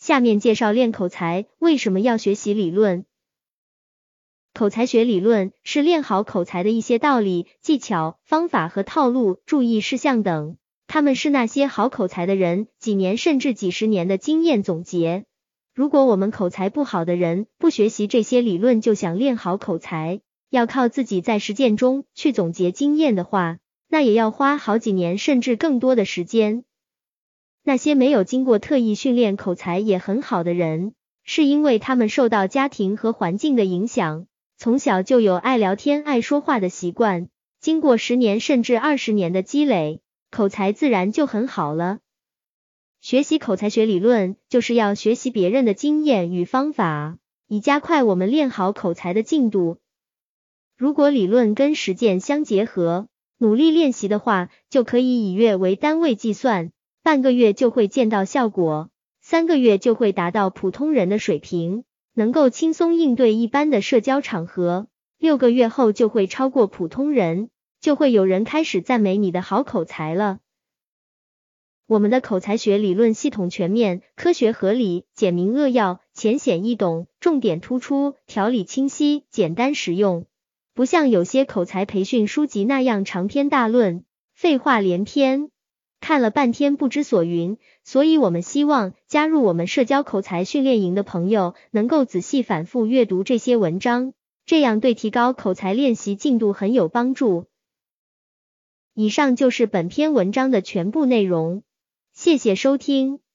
下面介绍练口才为什么要学习理论。口才学理论是练好口才的一些道理、技巧、方法和套路、注意事项等，他们是那些好口才的人几年甚至几十年的经验总结。如果我们口才不好的人不学习这些理论就想练好口才，要靠自己在实践中去总结经验的话，那也要花好几年甚至更多的时间。那些没有经过特意训练口才也很好的人，是因为他们受到家庭和环境的影响，从小就有爱聊天、爱说话的习惯，经过10年甚至20年的积累，口才自然就很好了。学习口才学理论，就是要学习别人的经验与方法，以加快我们练好口才的进度。如果理论跟实践相结合，努力练习的话，就可以以月为单位计算，半个月就会见到效果，3个月就会达到普通人的水平，能够轻松应对一般的社交场合，6个月后就会超过普通人，就会有人开始赞美你的好口才了。我们的口才学理论系统全面、科学合理、简明扼要、浅显易懂、重点突出、条理清晰、简单实用，不像有些口才培训书籍那样长篇大论、废话连篇，看了半天不知所云。所以我们希望加入我们社交口才训练营的朋友能够仔细反复阅读这些文章，这样对提高口才练习进度很有帮助。以上就是本篇文章的全部内容，谢谢收听。